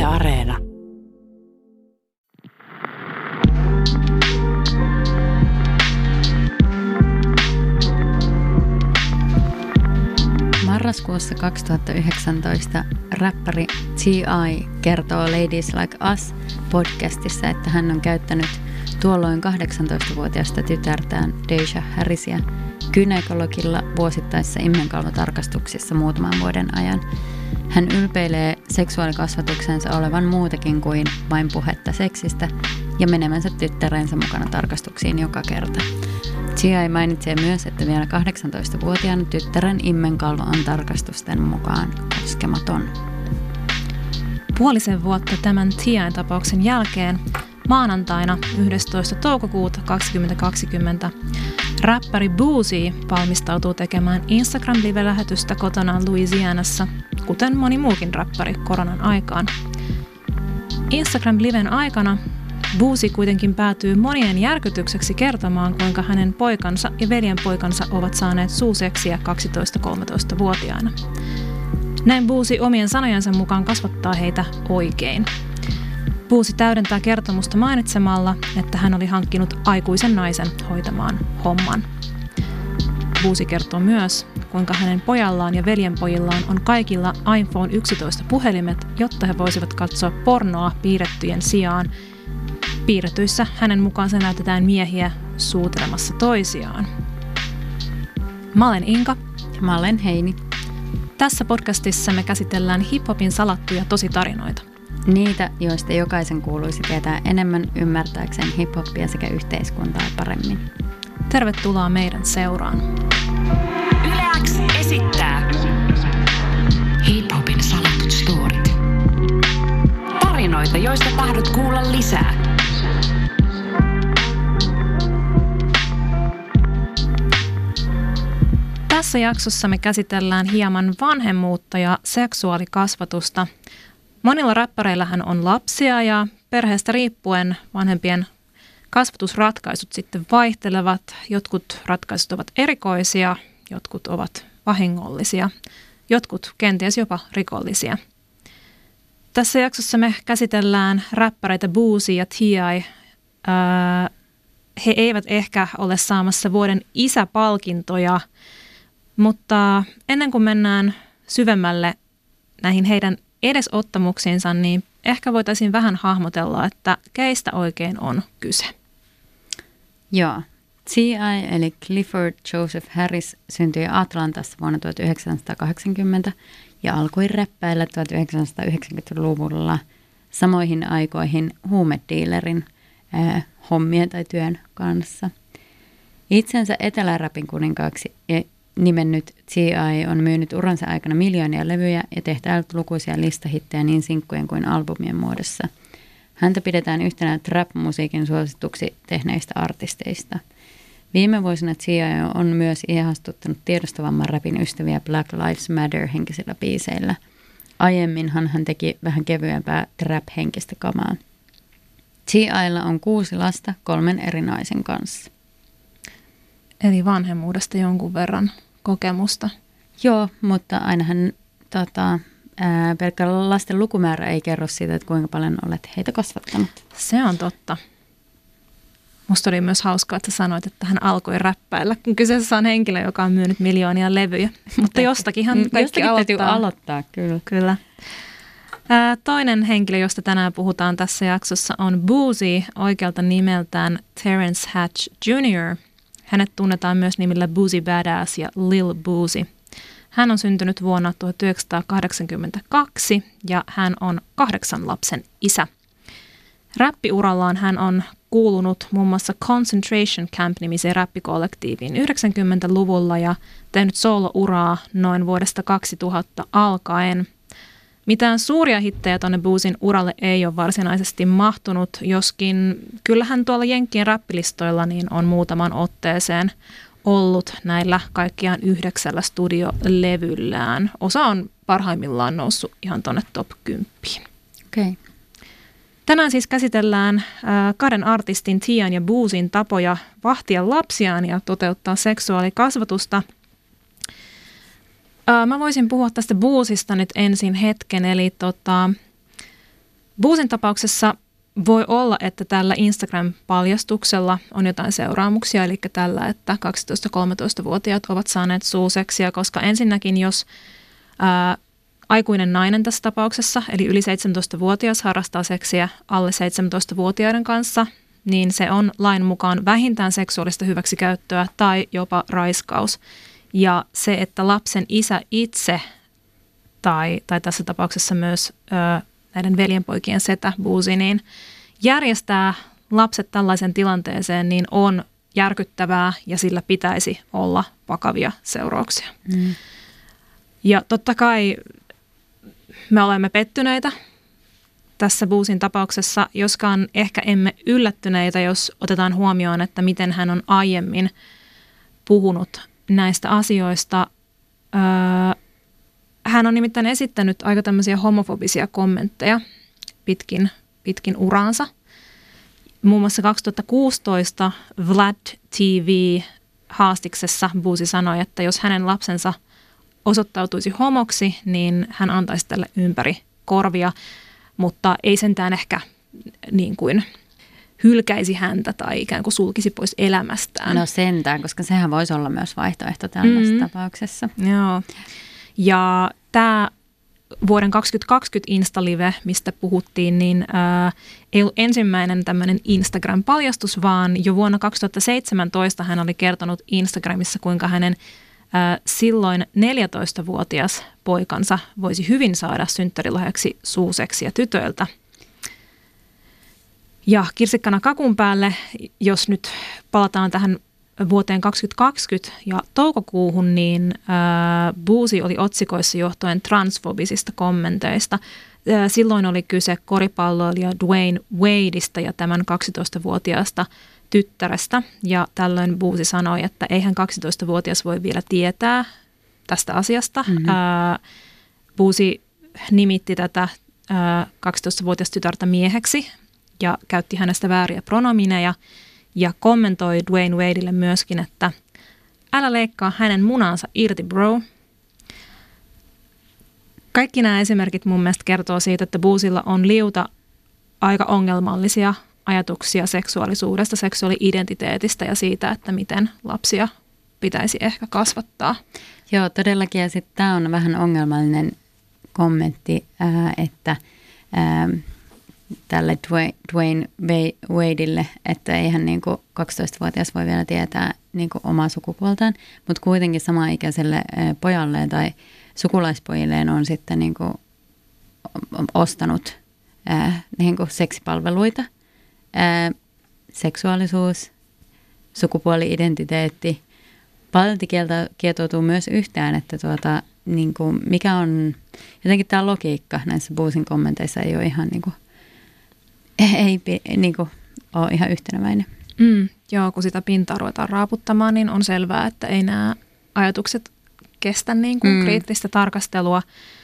Areena. Marraskuussa 2019 räppäri T.I. kertoo Ladies Like Us podcastissa, että hän on käyttänyt tuolloin 18-vuotiaasta tytärtään Deja Harrisia gynekologilla vuosittaisissa immenkalvotarkastuksissa muutaman vuoden ajan. Hän ylpeilee seksuaalikasvatuksensa olevan muutakin kuin vain puhetta seksistä ja menemänsä tyttärensä mukana tarkastuksiin joka kerta. T.I. mainitsee myös, että vielä 18-vuotiaan tyttären immenkalvo on tarkastusten mukaan koskematon. Puolisen vuotta tämän T.I.n tapauksen jälkeen maanantaina 11. toukokuuta 2020 räppäri Boosie valmistautuu tekemään Instagram-live-lähetystä kotonaan Louisianassa, kuten moni muukin räppäri koronan aikaan. Instagram-liven aikana Boosie kuitenkin päätyy monien järkytykseksi kertomaan, kuinka hänen poikansa ja veljenpoikansa ovat saaneet suuseksiä 12-13-vuotiaana. Näin Boosie omien sanojensa mukaan kasvattaa heitä oikein. Boosie täydentää kertomusta mainitsemalla, että hän oli hankkinut aikuisen naisen hoitamaan homman. Boosie kertoo myös, kuinka hänen pojallaan ja veljenpojillaan on kaikilla iPhone 11 puhelimet, jotta he voisivat katsoa pornoa piirrettyjen sijaan. Piirretyissä hänen mukaansa näytetään miehiä suutelemassa toisiaan. Mä olen Inka. Ja mä olen Heini. Tässä podcastissa me käsitellään hiphopin salattuja tositarinoita. Niitä, joista jokaisen kuuluisi tietää enemmän ymmärtääkseen hiphoppia sekä yhteiskuntaa paremmin. Tervetuloa meidän seuraan. Yle X esittää hiphopin salatut storit. Tarinoita, joista tahdot kuulla lisää. Tässä jaksossa me käsitellään hieman vanhemmuutta ja seksuaalikasvatusta. Monilla räppäreillähän on lapsia ja perheestä riippuen vanhempien kasvatusratkaisut sitten vaihtelevat. Jotkut ratkaisut ovat erikoisia, jotkut ovat vahingollisia, jotkut kenties jopa rikollisia. Tässä jaksossa me käsitellään räppäreitä Boosie ja T.I. He eivät ehkä ole saamassa vuoden isäpalkintoja, mutta ennen kuin mennään syvemmälle näihin heidän edesottamuksiinsa, niin ehkä voitaisiin vähän hahmotella, että keistä oikein on kyse. Joo. T.I. eli Clifford Joseph Harris syntyi Atlantassa vuonna 1980 ja alkoi räppäillä 1990-luvulla samoihin aikoihin huumediilerin hommien tai työn kanssa. Itsensä eteläräpin kuninkaaksi nimennyt T.I. on myynyt uransa aikana miljoonia levyjä ja tehtänyt lukuisia listahittejä niin sinkkujen kuin albumien muodossa. Häntä pidetään yhtenä trap-musiikin suosituksi tehneistä artisteista. Viime vuosina T.I. on myös ihastuttanut tiedostavamman rapin ystäviä Black Lives Matter-henkisillä biiseillä. Aiemminhan hän teki vähän kevyempää trap-henkistä kamaa. T.I.lla on 6 lasta 3 eri naisen kanssa. Eli vanhemmuudesta jonkun verran kokemusta. Joo, mutta ainahan pelkkä lasten lukumäärä ei kerro siitä, että kuinka paljon olet heitä kasvattanut. Se on totta. Musta oli myös hauskaa, että sanoit, että hän alkoi räppäillä, kun kyseessä on henkilö, joka on myynyt miljoonia levyjä. Mutta jostakinhan kaikki jostakin aloittaa. Täytyy aloittaa, kyllä. Toinen henkilö, josta tänään puhutaan tässä jaksossa, on Boosie, oikealta nimeltään Terence Hatch Jr. Hänet tunnetaan myös nimillä Boosie Badass ja Lil Boosie. Hän on syntynyt vuonna 1982 ja hän on 8 lapsen isä. Räppiurallaan hän on kuulunut muun muassa Concentration Camp-nimiseen räppikollektiiviin 90-luvulla ja tehnyt soolouraa noin vuodesta 2000 alkaen. Mitään suuria hittejä tuonne Boosien uralle ei ole varsinaisesti mahtunut, joskin kyllähän tuolla Jenkkien räppilistoilla niin on muutaman otteeseen ollut näillä kaikkiaan 9 studiolevyllään. Osa on parhaimmillaan noussut ihan tuonne top 10. Okay. Tänään siis käsitellään 2 artistin T.I.n ja Boosien tapoja vahtia lapsiaan ja toteuttaa seksuaalikasvatusta. Mä voisin puhua tästä Boosista nyt ensin hetken, eli Boozin tapauksessa voi olla, että tällä Instagram-paljastuksella on jotain seuraamuksia, eli tällä, että 12-13-vuotiaat ovat saaneet suuseksia, koska ensinnäkin jos aikuinen nainen tässä tapauksessa, eli yli 17-vuotias harrastaa seksiä alle 17-vuotiaiden kanssa, niin se on lain mukaan vähintään seksuaalista hyväksikäyttöä tai jopa raiskaus. Ja se, että lapsen isä itse tai tässä tapauksessa myös näiden veljenpoikien setä Boozy, niin järjestää lapset tällaisen tilanteeseen, niin on järkyttävää ja sillä pitäisi olla vakavia seurauksia. Ja totta kai me olemme pettyneitä tässä Boozyn tapauksessa, joskaan ehkä emme yllättyneitä, jos otetaan huomioon, että miten hän on aiemmin puhunut näistä asioista. Hän on nimittäin esittänyt aika tämmöisiä homofobisia kommentteja pitkin uraansa. Muun muassa 2016 Vlad TV-haastiksessa Boozy sanoi, että jos hänen lapsensa osoittautuisi homoksi, niin hän antaisi tälle ympäri korvia, mutta ei sentään ehkä niin kuin hylkäisi häntä tai ikään kuin sulkisi pois elämästään. No sentään, koska sehän voisi olla myös vaihtoehto tällaisessa tapauksessa. Joo. Ja tämä vuoden 2020 Insta-live, mistä puhuttiin, niin ei ollut ensimmäinen tämmöinen Instagram-paljastus, vaan jo vuonna 2017 hän oli kertonut Instagramissa, kuinka hänen silloin 14-vuotias poikansa voisi hyvin saada synttärilahjaksi suuseksia tytöiltä. Ja kirsikkana kakun päälle, jos nyt palataan tähän vuoteen 2020 ja toukokuuhun, niin Boozy oli otsikoissa johtuen transfobisista kommenteista. Silloin oli kyse koripalloilija Dwayne Wadeista ja tämän 12-vuotiaasta tyttärestä. Ja tällöin Boozy sanoi, että eihän 12-vuotias voi vielä tietää tästä asiasta. Boozy nimitti tätä 12-vuotias tytärtä mieheksi ja käytti hänestä vääriä pronomineja. Ja kommentoi Dwayne Wadelle myöskin, että älä leikkaa hänen munansa irti, bro. Kaikki nämä esimerkit mun mielestä kertoo siitä, että Boozylla on liuta aika ongelmallisia ajatuksia seksuaalisuudesta, seksuaali-identiteetistä ja siitä, että miten lapsia pitäisi ehkä kasvattaa. Joo, todellakin. Ja sitten tämä on vähän ongelmallinen kommentti, että tälle Dwayne Wadelle, että eihän niinku 12-vuotias voi vielä tietää niinku omaa sukupuoltaan, mutta kuitenkin samaikäiselle pojalle tai sukulaispojilleen on sitten niinku ostanut niinku seksipalveluita, seksuaalisuus, sukupuoli-identiteetti. Paljolti kietoutuu myös yhteen, että niinku, mikä on jotenkin tämä logiikka näissä Boozyn kommenteissa ei ole ihan niinku ei niinku ole ihan yhtenäväinen. Joo, kun sitä pintaa ruvetaan raaputtamaan, niin on selvää, että ei nämä ajatukset kestä niin kuin kriittistä tarkastelua.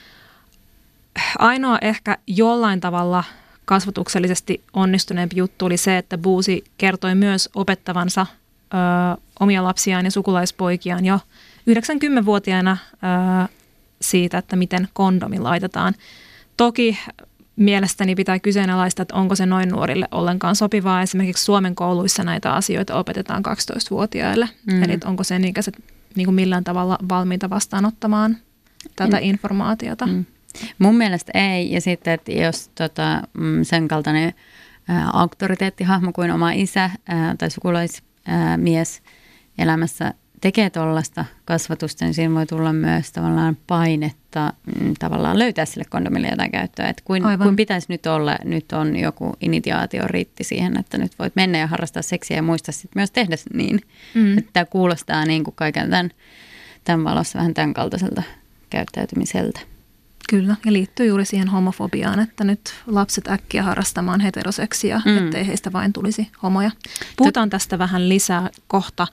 Ainoa ehkä jollain tavalla kasvatuksellisesti onnistuneempi juttu oli se, että Boozy kertoi myös opettavansa omia lapsiaan ja sukulaispoikiaan jo 90-vuotiaana siitä, että miten kondomi laitetaan. Toki mielestäni pitää kyseenalaistaa, että onko se noin nuorille ollenkaan sopivaa. Esimerkiksi Suomen kouluissa näitä asioita opetetaan 12-vuotiaille. Eli onko sen ikäiset niin kuin millään tavalla valmiita vastaanottamaan tätä informaatiota? Mun mielestä ei. Ja sitten, että jos sen kaltainen auktoriteettihahmo kuin oma isä tai sukulaismies elämässä tekee tuollaista kasvatusta, niin siinä voi tulla myös tavallaan painetta tavallaan löytää sille kondomille jotain käyttöä. Että kuin pitäisi nyt olla, nyt on joku initiaatioriitti siihen, että nyt voit mennä ja harrastaa seksiä ja muistaa sitten myös tehdä niin. Että tämä kuulostaa niin kuin kaiken tämän valossa vähän tämän kaltaiselta käyttäytymiseltä. Kyllä, ja liittyy juuri siihen homofobiaan, että nyt lapset äkkiä harrastamaan heteroseksia, ettei heistä vain tulisi homoja. Puhutaan tästä vähän lisää kohta.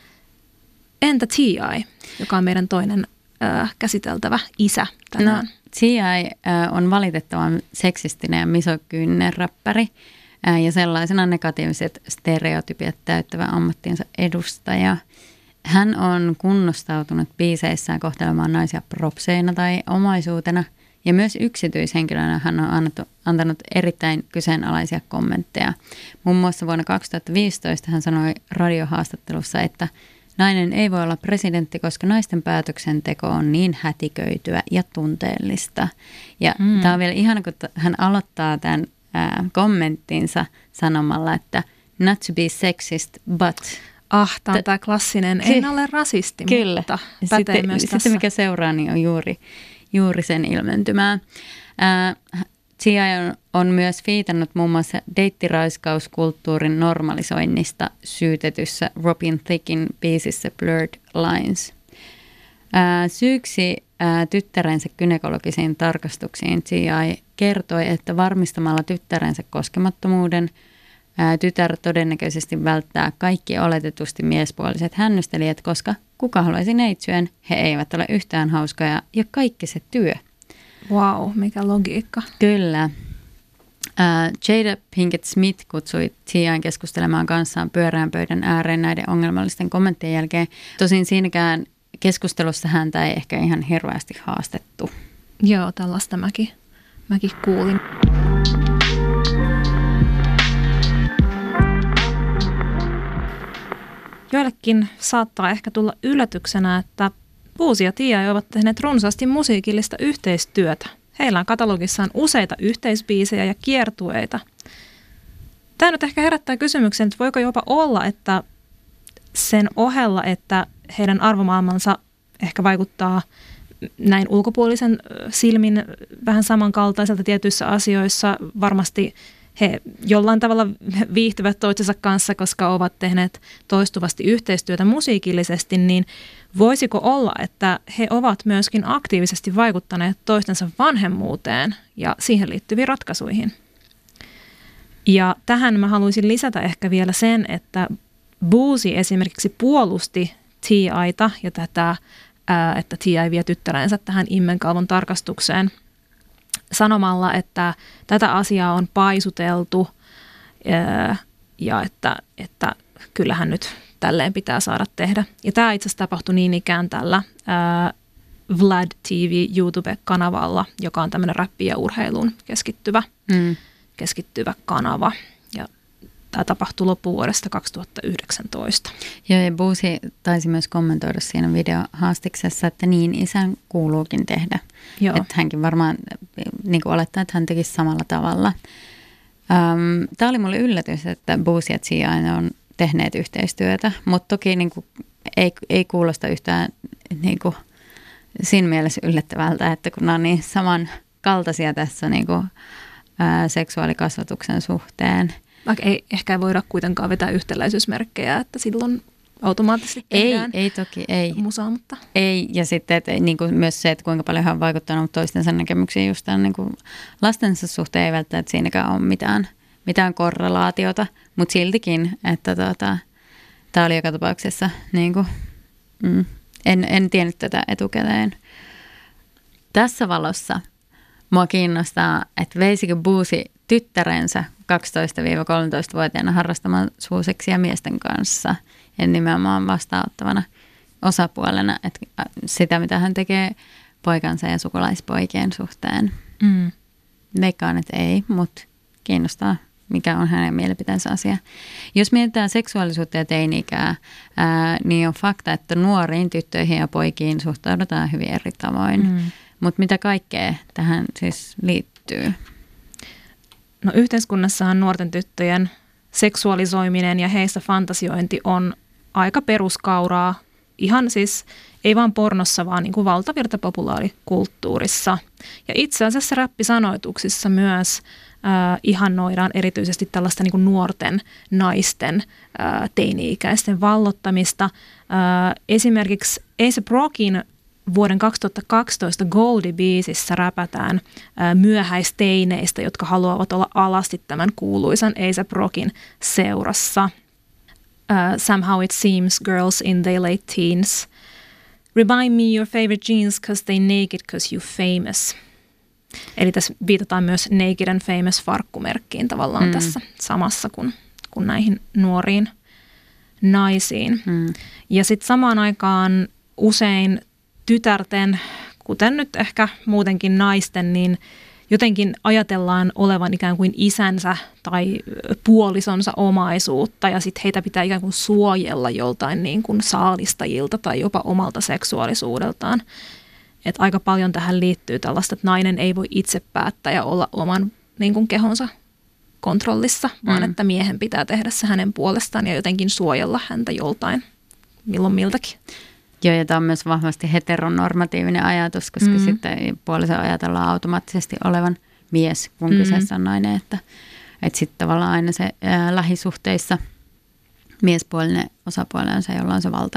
Entä T.I., joka on meidän toinen käsiteltävä isä tänään? No, T.I. On valitettavan seksistinen ja misogyyninen räppäri ja sellaisena negatiiviset stereotypiat täyttävä ammattiensa edustaja. Hän on kunnostautunut biiseissään kohtelemaan naisia propseina tai omaisuutena Ja myös yksityishenkilönä hän on antanut erittäin kyseenalaisia kommentteja. Muun muassa vuonna 2015 hän sanoi radiohaastattelussa, että nainen ei voi olla presidentti, koska naisten päätöksenteko on niin hätiköityä ja tunteellista. Ja tämä on vielä ihana, kun hän aloittaa tämän kommenttinsa sanomalla, että not to be sexist, but... Tämä on tämä klassinen, en ole rasisti, kyllä. Mutta pätee myös tässä. Sitten mikä seuraa, niin on juuri sen ilmentymää. T.I. on myös viitannut muun muassa deittiraiskauskulttuurin normalisoinnista syytetyssä Robin Thicken biisissä Blurred Lines. Syyksi tyttärensä gynekologisiin tarkastuksiin T.I. kertoi, että varmistamalla tyttärensä koskemattomuuden tytär todennäköisesti välttää kaikki oletetusti miespuoliset hännystelijät, koska kuka haluaisi neitsyön, he eivät ole yhtään hauskoja ja kaikki se työ. Wow, mikä logiikka. Kyllä. Jada Pinkett Smith kutsui T.I. keskustelemaan kanssaan pyöreän pöydän ääreen näiden ongelmallisten kommenttien jälkeen. Tosin siinäkään keskustelussa häntä ei ehkä ihan hirveästi haastettu. Joo, tällaista mäkin kuulin. Joillekin saattaa ehkä tulla yllätyksenä, että Boosie ja T.I. ovat tehneet runsaasti musiikillista yhteistyötä. Heillä on katalogissaan useita yhteisbiisejä ja kiertueita. Tämä nyt ehkä herättää kysymyksen, että voiko jopa olla, että sen ohella, että heidän arvomaailmansa ehkä vaikuttaa näin ulkopuolisen silmin vähän samankaltaiselta tietyissä asioissa, varmasti he jollain tavalla viihtyvät toisensa kanssa, koska ovat tehneet toistuvasti yhteistyötä musiikillisesti, niin voisiko olla, että he ovat myöskin aktiivisesti vaikuttaneet toistensa vanhemmuuteen ja siihen liittyviin ratkaisuihin? Ja tähän mä haluaisin lisätä ehkä vielä sen, että Boosie esimerkiksi puolusti T.I.ta ja tätä, että T.I. vie tyttärensä tähän immenkalvon tarkastukseen sanomalla, että tätä asiaa on paisuteltu ja että kyllähän nyt tälleen pitää saada tehdä. Ja tämä itse asiassa tapahtui niin ikään tällä Vlad TV YouTube-kanavalla, joka on tämmöinen räppiin ja urheiluun keskittyvä kanava. Ja tämä tapahtui loppuvuodesta 2019. Joo, ja Boosie taisi myös kommentoida siinä videohaastiksessa, että niin isän kuuluukin tehdä. Joo. Että hänkin varmaan niin kuin olettaa, että hän tekisi samalla tavalla. Tämä oli mulle yllätys, että Boosie ja T.I. on tehneet yhteistyötä, mutta toki niin kuin ei kuulosta yhtään niin kuin siinä mielessä yllättävältä, että kun nämä on niin samankaltaisia tässä niin kuin, seksuaalikasvatuksen suhteen. Vaikka ei voida kuitenkaan vetää yhtäläisyysmerkkejä, että silloin automaattisesti tehdään ei toki, ei. Musaa, mutta... Ei, ja sitten että, niin kuin myös se, että kuinka paljon hän on vaikuttanut toistensa näkemyksiin just tämän niin kuin lastensa suhteen, ei välttämättä siinäkään ole mitään korrelaatiota, mutta siltikin, että tämä oli joka tapauksessa, niin kuin, en tiennyt tätä etukäteen. Tässä valossa mua kiinnostaa, että veisikö Boosie tyttärensä 12-13-vuotiaana harrastamaan suuseksia miesten kanssa ja nimenomaan vastaanottavana osapuolena, että sitä mitä hän tekee poikansa ja sukulaispoikien suhteen. Veikkaan, että ei, mutta kiinnostaa, mikä on hänen mielipiteensä asia. Jos mietitään seksuaalisuutta ja teini-ikää, niin on fakta, että nuoriin tyttöihin ja poikiin suhtaudutaan hyvin eri tavoin. Mutta mitä kaikkea tähän siis liittyy? No yhteiskunnassahan nuorten tyttöjen seksuaalisoiminen ja heistä fantasiointi on aika peruskauraa. Ihan siis ei vaan pornossa, vaan niin kuin valtavirta populaarikulttuurissa. Ja itse asiassa räppisanoituksissa myös ihannoidaan erityisesti tällaista niin kuin nuorten naisten teini-ikäisten vallottamista. Esimerkiksi A$AP Rockin vuoden 2012 Goldie-biisissä räpätään myöhäisteineistä, jotka haluavat olla alasti tämän kuuluisan A$AP Rockin seurassa. Somehow it seems girls in their late teens remind me your favorite jeans cause they naked cause you famous. Eli tässä viitataan myös Naked and Famous -farkkumerkkiin tavallaan tässä samassa kuin näihin nuoriin naisiin. Ja sitten samaan aikaan usein tytärten kuten nyt ehkä muutenkin naisten, niin jotenkin ajatellaan olevan ikään kuin isänsä tai puolisonsa omaisuutta ja sitten heitä pitää ikään kuin suojella joltain niin kuin saalistajilta tai jopa omalta seksuaalisuudeltaan. Että aika paljon tähän liittyy tällaista, että nainen ei voi itse päättää ja olla oman niin kuin kehonsa kontrollissa, vaan että miehen pitää tehdä se hänen puolestaan ja jotenkin suojella häntä joltain milloin miltäkin. Joo, ja tämä on myös vahvasti heteronormatiivinen ajatus, koska sitten puolison ajatellaan automaattisesti olevan mies, kun kyseessä on nainen, että sitten tavallaan aina se lähisuhteissa miespuolinen osapuolinen on se, jolla on se valta.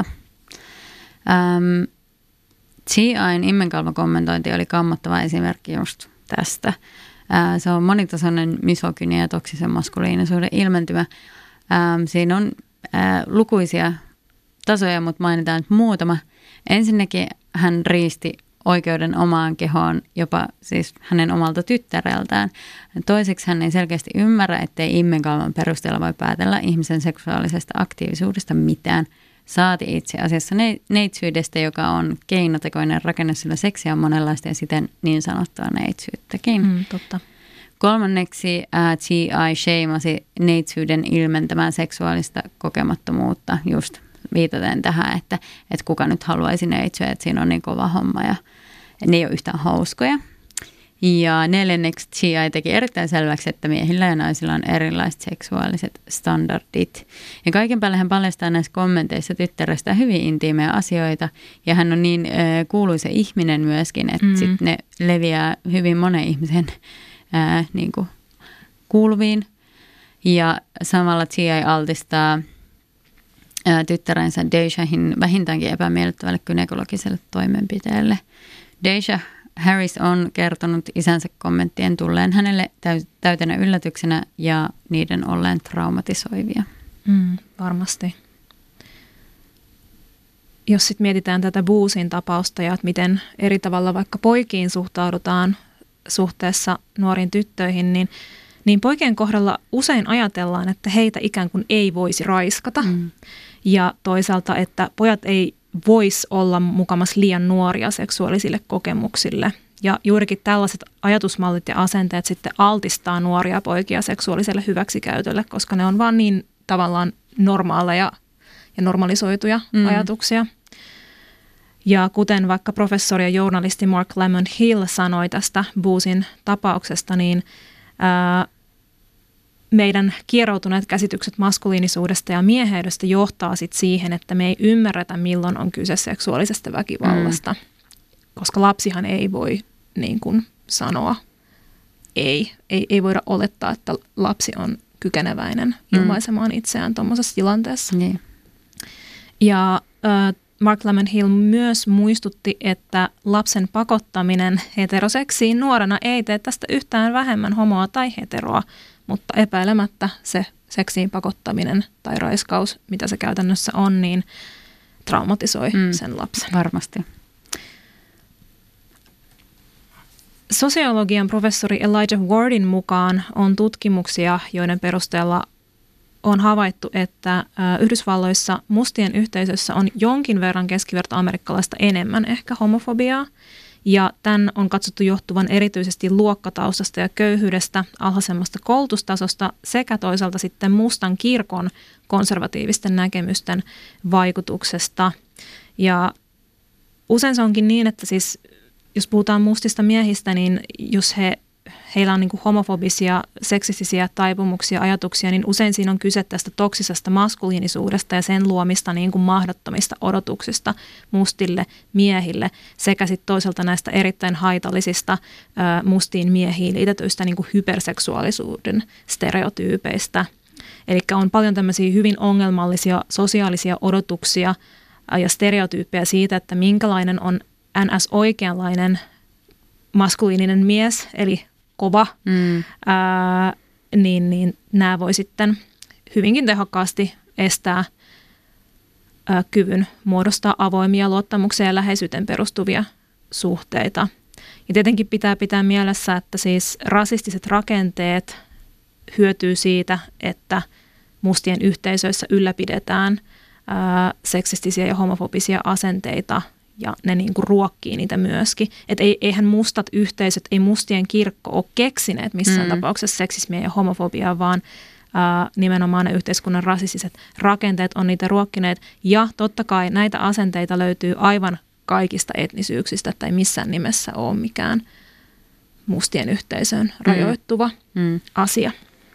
T.I.:n immenkalvokommentointi oli kammottava esimerkki just tästä. Se on monitasoinen misogynia ja toksisen maskuliinisuuden ilmentymä. Siinä on lukuisia tasoja, mutta mainitaan nyt muutama. Ensinnäkin hän riisti oikeuden omaan kehoon jopa siis hänen omalta tyttäreltään. Toiseksi hän ei selkeästi ymmärrä, ettei immenkalvon perusteella voi päätellä ihmisen seksuaalisesta aktiivisuudesta mitään. Saati itse asiassa neitsyydestä, joka on keinotekoinen rakenne, sillä seksiä on monenlaista ja siten niin sanottua neitsyyttäkin. Totta. Kolmanneksi T.I. sheimasi neitsyyden ilmentämään seksuaalista kokemattomuutta, just viitaten tähän, että kuka nyt haluaisi neitsyä, että siinä on niin kova homma ja ne ei ole yhtään hauskoja. Ja neljänneksi T.I. teki erittäin selväksi, että miehillä ja naisilla on erilaiset seksuaaliset standardit. Ja kaiken päälle hän paljastaa näissä kommenteissa tyttärestä hyvin intiimejä asioita. Ja hän on niin kuuluisa ihminen myöskin, että sitten ne leviää hyvin monen ihmisen niin kuin kuuluviin. Ja samalla T.I. altistaa tyttärensä Dejahin vähintäänkin epämiellyttävälle gynekologiselle toimenpiteelle. Deja Harris on kertonut isänsä kommenttien tulleen hänelle täytenä yllätyksenä ja niiden olleen traumatisoivia. Varmasti. Jos sitten mietitään tätä Boosin tapausta ja että miten eri tavalla vaikka poikiin suhtaudutaan suhteessa nuoriin tyttöihin, niin poikien kohdalla usein ajatellaan, että heitä ikään kuin ei voisi raiskata. Ja toisaalta, että pojat ei voisi olla mukamas liian nuoria seksuaalisille kokemuksille. Ja juurikin tällaiset ajatusmallit ja asenteet sitten altistaa nuoria poikia seksuaaliselle hyväksikäytölle, koska ne on vaan niin tavallaan normaaleja ja normalisoituja ajatuksia. Ja kuten vaikka professori ja journalisti Mark Lemon Hill sanoi tästä Boosin tapauksesta, niin meidän kieroutuneet käsitykset maskuliinisuudesta ja mieheydestä johtaa sit siihen, että me ei ymmärretä, milloin on kyse seksuaalisesta väkivallasta. Koska lapsihan ei voi niin kuin sanoa ei voida olettaa, että lapsi on kykeneväinen ilmaisemaan itseään tuommoisessa tilanteessa. Niin. Ja Mark Lemon Hill myös muistutti, että lapsen pakottaminen heteroseksiin nuorena ei tee tästä yhtään vähemmän homoa tai heteroa, mutta epäilemättä se seksiin pakottaminen tai raiskaus, mitä se käytännössä on, niin traumatisoi sen lapsen. Varmasti. Sosiologian professori Elijah Wardin mukaan on tutkimuksia, joiden perusteella on havaittu, että Yhdysvalloissa mustien yhteisössä on jonkin verran keskivertoamerikkalaista enemmän ehkä homofobiaa. Ja tämän on katsottu johtuvan erityisesti luokkataustasta ja köyhyydestä, alhaisemmasta koulutustasosta sekä toisaalta sitten mustan kirkon konservatiivisten näkemysten vaikutuksesta. Ja usein se onkin niin, että siis jos puhutaan mustista miehistä, niin jos heillä on niin kuin homofobisia, seksistisiä taipumuksia, ajatuksia, niin usein siinä on kyse tästä toksisesta maskuliinisuudesta ja sen luomista niin kuin mahdottomista odotuksista mustille miehille sekä sitten toisaalta näistä erittäin haitallisista mustiin miehiin liitetyistä niin kuin hyperseksuaalisuuden stereotyypeistä. Eli on paljon tämmöisiä hyvin ongelmallisia sosiaalisia odotuksia ja stereotyyppejä siitä, että minkälainen on NS-oikeanlainen maskuliininen mies, eli kova, niin nämä voi sitten hyvinkin tehokkaasti estää kyvyn muodostaa avoimia luottamukseen ja läheisyyteen perustuvia suhteita. Ja tietenkin pitää mielessä, että siis rasistiset rakenteet hyötyy siitä, että mustien yhteisöissä ylläpidetään seksistisiä ja homofobisia asenteita ja ne niin kuin ruokkii niitä myöskin. Että eihän mustat yhteisöt, ei mustien kirkko ole keksineet missään tapauksessa seksismiä ja homofobiaa, vaan nimenomaan ne yhteiskunnan rasistiset rakenteet on niitä ruokkineet. Ja totta kai näitä asenteita löytyy aivan kaikista etnisyyksistä, että ei missään nimessä ole mikään mustien yhteisöön rajoittuva asia.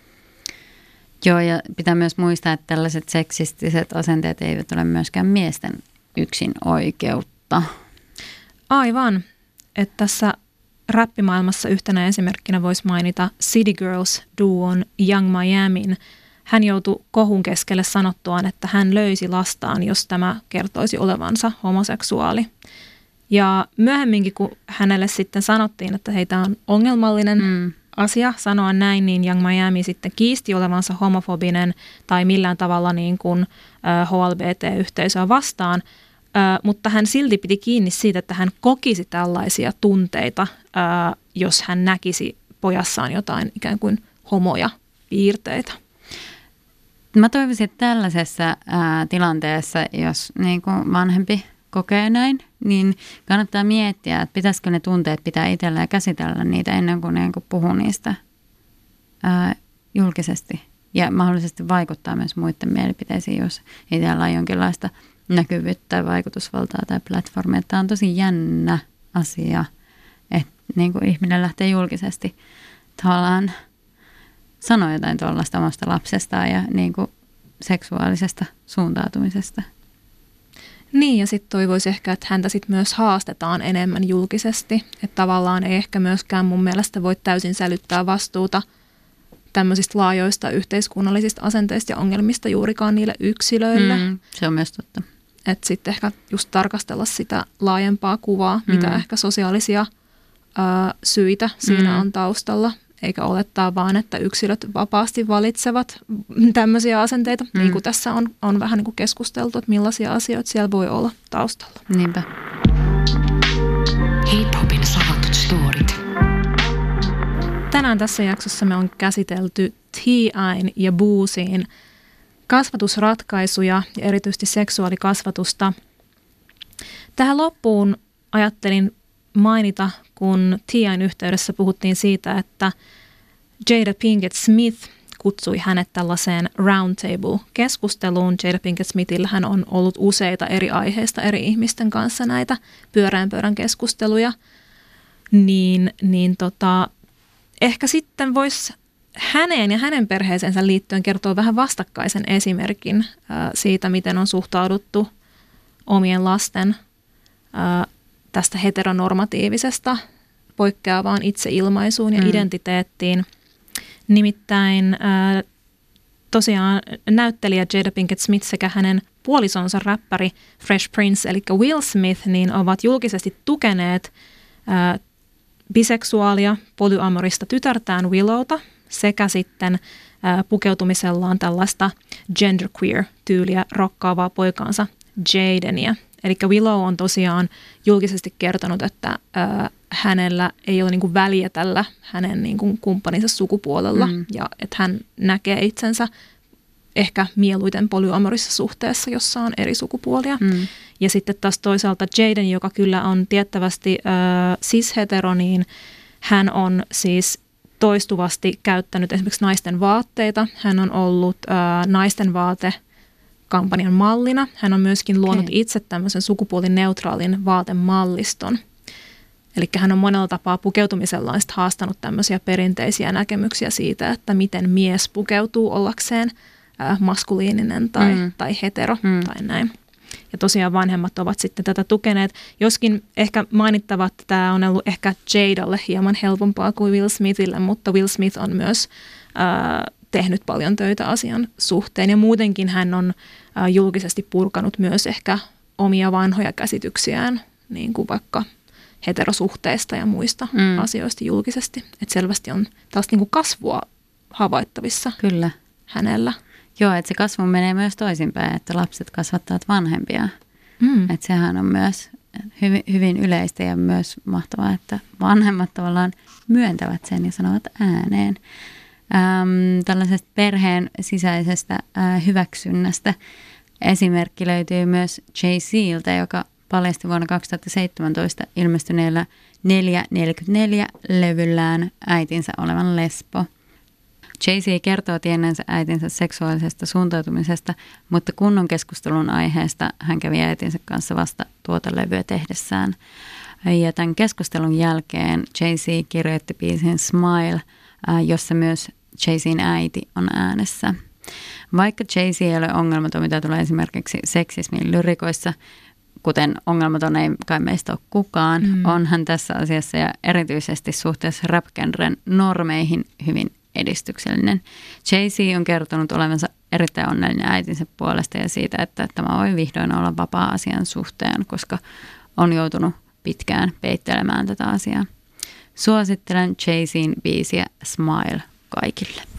Joo, ja pitää myös muistaa, että tällaiset seksistiset asenteet eivät ole myöskään miesten yksin oikeutta. Aivan, että tässä räppimaailmassa yhtenä esimerkkinä voisi mainita City Girls-duon Young Miamin. Hän joutui kohun keskelle sanottuaan, että hän löysi lastaan, jos tämä kertoisi olevansa homoseksuaali. Ja myöhemminkin, kun hänelle sitten sanottiin, että heitä on ongelmallinen asia sanoa näin, niin Young Miami sitten kiisti olevansa homofobinen tai millään tavalla niin kuin HLBT-yhteisöä vastaan, mutta hän silti piti kiinni siitä, että hän kokisi tällaisia tunteita, jos hän näkisi pojassaan jotain ikään kuin homoja piirteitä. Mä toivoisin, että tällaisessa tilanteessa, jos niin kuin vanhempi kokee näin, niin kannattaa miettiä, että pitäisikö ne tunteet pitää itsellä ja käsitellä niitä ennen kuin ne puhuu niistä julkisesti. Ja mahdollisesti vaikuttaa myös muiden mielipiteisiin, jos itsellä on jonkinlaista näkyvyyttä tai vaikutusvaltaa tai platformia. Tämä on tosi jännä asia, että niin kuin ihminen lähtee julkisesti tavallaan sanoa jotain tuollaista omasta lapsestaan ja niin kuin seksuaalisesta suuntautumisesta. Niin, ja sitten toivoisi ehkä, että häntä sitten myös haastetaan enemmän julkisesti. Että tavallaan ei ehkä myöskään mun mielestä voi täysin sälyttää vastuuta tämmöisistä laajoista yhteiskunnallisista asenteista ja ongelmista juurikaan niille yksilöille. Se on myös totta. Että sitten ehkä just tarkastella sitä laajempaa kuvaa, mitä ehkä sosiaalisia syitä siinä on taustalla. Eikä olettaa vaan, että yksilöt vapaasti valitsevat tämmöisiä asenteita, niin kuin tässä on vähän niin kuin keskusteltu, että millaisia asioita siellä voi olla taustalla. Niinpä. Hip-hopin salatut storit. Tänään tässä jaksossa me on käsitelty T.I.n ja Boozyn kasvatusratkaisuja ja erityisesti seksuaalikasvatusta. Tähän loppuun ajattelin mainita, kun T.I.n yhteydessä puhuttiin siitä, että Jada Pinkett Smith kutsui hänet tällaiseen roundtable-keskusteluun. Jada Pinkett Smithillähän on ollut useita eri aiheista eri ihmisten kanssa näitä pyöreän pöydän keskusteluja. Ehkä sitten voisi häneen ja hänen perheeseensä liittyen kertoa vähän vastakkaisen esimerkin siitä, miten on suhtauduttu omien lasten tästä heteronormatiivisesta poikkeavaan itseilmaisuun ja identiteettiin. Nimittäin tosiaan näyttelijä Jada Pinkett Smith sekä hänen puolisonsa räppäri Fresh Prince, eli Will Smith, niin ovat julkisesti tukeneet biseksuaalia, polyamorista tytärtään Willowta sekä sitten pukeutumisellaan tällaista genderqueer-tyyliä rokkaavaa poikaansa Jadenia. Eli Willow on tosiaan julkisesti kertonut, että hänellä ei ole niin kuin väliä tällä hänen niin kuin kumppaninsa sukupuolella ja että hän näkee itsensä ehkä mieluiten polyamorissa suhteessa, jossa on eri sukupuolia. Ja sitten taas toisaalta Jaden, joka kyllä on tiettävästi cis-hetero, niin hän on siis toistuvasti käyttänyt esimerkiksi naisten vaatteita. Hän on ollut naisten vaatekampanjan mallina. Hän on myöskin luonut itse tämmöisen sukupuolineutraalin vaatemalliston. Eli hän on monella tapaa pukeutumisellaan haastanut tämmöisiä perinteisiä näkemyksiä siitä, että miten mies pukeutuu ollakseen maskuliininen tai hetero tai näin. Ja tosiaan vanhemmat ovat sitten tätä tukeneet. Joskin ehkä mainittava, että tämä on ollut ehkä Jadalle hieman helpompaa kuin Will Smithille, mutta Will Smith on myös tehnyt paljon töitä asian suhteen. Ja muutenkin hän on julkisesti purkanut myös ehkä omia vanhoja käsityksiään, niin kuin vaikka heterosuhteista ja muista asioista julkisesti. Että selvästi on taas niin kuin kasvua havaittavissa Kyllä. hänellä. Joo, että se kasvu menee myös toisinpäin, että lapset kasvattavat vanhempia. Että sehän on myös hyvin yleistä ja myös mahtavaa, että vanhemmat tavallaan myöntävät sen ja sanovat ääneen. Tällaisesta perheen sisäisestä hyväksynnästä esimerkki löytyy myös Jay-Ziltä, joka paljasti vuonna 2017 ilmestyneellä 444-levyllään äitinsä olevan lesbo. Jay-Z kertoo tienneensä äitinsä seksuaalisesta suuntautumisesta, mutta kunnon keskustelun aiheesta hän kävi äitinsä kanssa vasta tuota levyä tehdessään. Ja tämän keskustelun jälkeen Jay-Z kirjoitti biisin Smile, jossa myös Jay-Zin äiti on äänessä. Vaikka Jay-Z ei ole ongelmaton, mitä tulee esimerkiksi seksismin lyrikoissa, kuten ongelmaton ei kai meistä ole kukaan, on hän tässä asiassa ja erityisesti suhteessa rap-genren normeihin hyvin edistyksellinen. Jay-Z on kertonut olevansa erittäin onnellinen äitinsä puolesta ja siitä, että tämä voi vihdoin olla vapaa asian suhteen, koska on joutunut pitkään peittelemään tätä asiaa. Suosittelen Jay-Zin biisiä Smile kaikille.